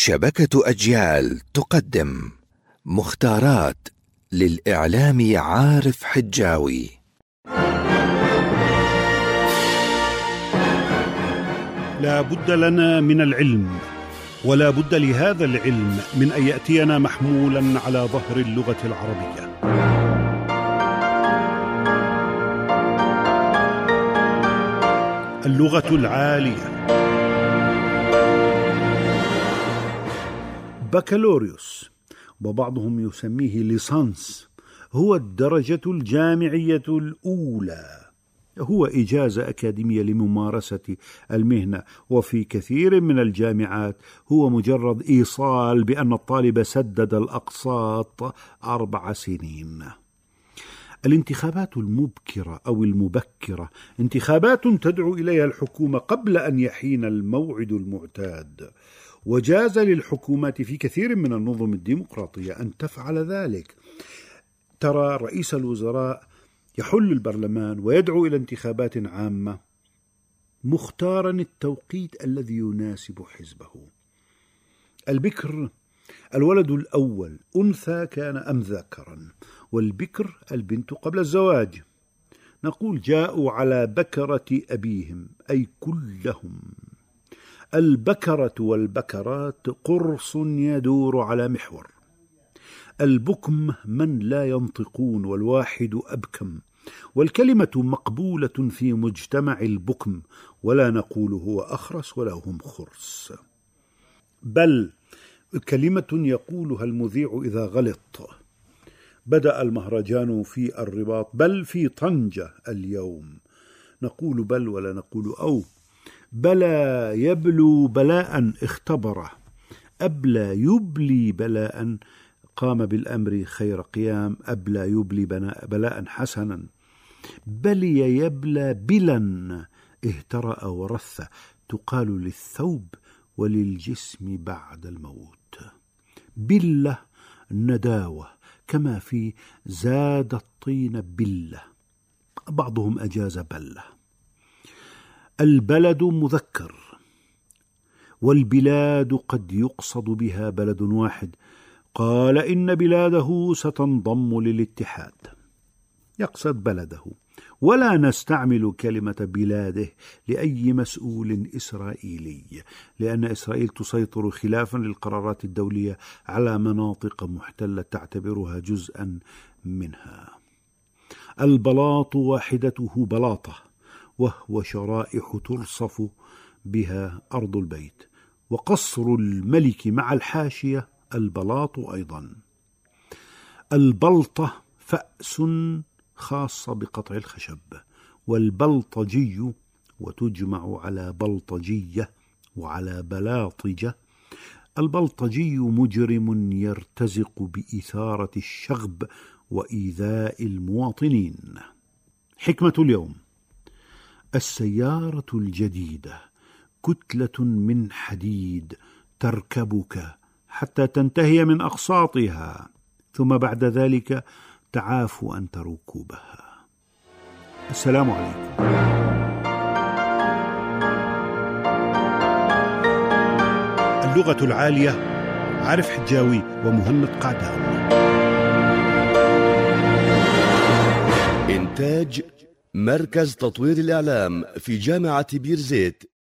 شبكة أجيال تقدم مختارات للإعلام عارف حجاوي. لا بد لنا من العلم، ولا بد لهذا العلم من أن يأتينا محمولا على ظهر اللغة العربية. اللغة العالية. بكالوريوس، وبعضهم يسميه ليسانس، هو الدرجة الجامعية الأولى. هو إجازة أكاديمية لممارسة المهنة، وفي كثير من الجامعات هو مجرد إيصال بأن الطالب سدد الأقساط 4 سنين. الانتخابات المبكرة أو المبكرة انتخابات تدعو إليها الحكومة قبل أن يحين الموعد المعتاد، وجاز للحكومات في كثير من النظم الديمقراطية أن تفعل ذلك. ترى رئيس الوزراء يحل البرلمان ويدعو إلى انتخابات عامة مختارا التوقيت الذي يناسب حزبه. البكر الولد الأول، أنثى كان أم ذكرا، والبكر البنت قبل الزواج. نقول جاءوا على بكرة أبيهم، أي كلهم. البكرة والبكرات قرص يدور على محور. البكم من لا ينطقون، والواحد أبكم، والكلمة مقبولة في مجتمع البكم، ولا نقول هو أخرس ولا هم خرس. بل كلمة يقولها المذيع إذا غلط. بدأ المهرجان في الرباط، بل في طنجة اليوم. نقول بل ولا نقول أو. بلى يبلو بلاء اختبره، أبلى يبلي بلاء قام بالأمر خير قيام، أبلى يبلي بلاء حسنا. بلي يبلى بلا اهترأ ورث، تقال للثوب وللجسم بعد الموت. بلة نداوة، كما في زاد الطين بلة، بعضهم أجاز بلة. البلد مذكر، والبلاد قد يقصد بها بلد واحد. قال إن بلاده ستنضم للاتحاد، يقصد بلده. ولا نستعمل كلمة بلاده لأي مسؤول إسرائيلي، لأن إسرائيل تسيطر خلافا للقرارات الدولية على مناطق محتلة تعتبرها جزءا منها. البلاط واحدته بلاطة، وهو شرائح ترصف بها أرض البيت. وقصر الملك مع الحاشية البلاط أيضا. البلطة فأس خاصة بقطع الخشب، والبلطجي، وتجمع على بلطجية وعلى بلاطجة. البلطجي مجرم يرتزق بإثارة الشغب وإيذاء المواطنين. حكمة اليوم: السيارة الجديدة كتلة من حديد تركبك حتى تنتهي من أقساطها، ثم بعد ذلك تعاف أنت ركوبها. السلام عليكم. اللغة العالية، عارف حجاوي ومهند قعدان. إنتاج مركز تطوير الإعلام في جامعة بير زيت.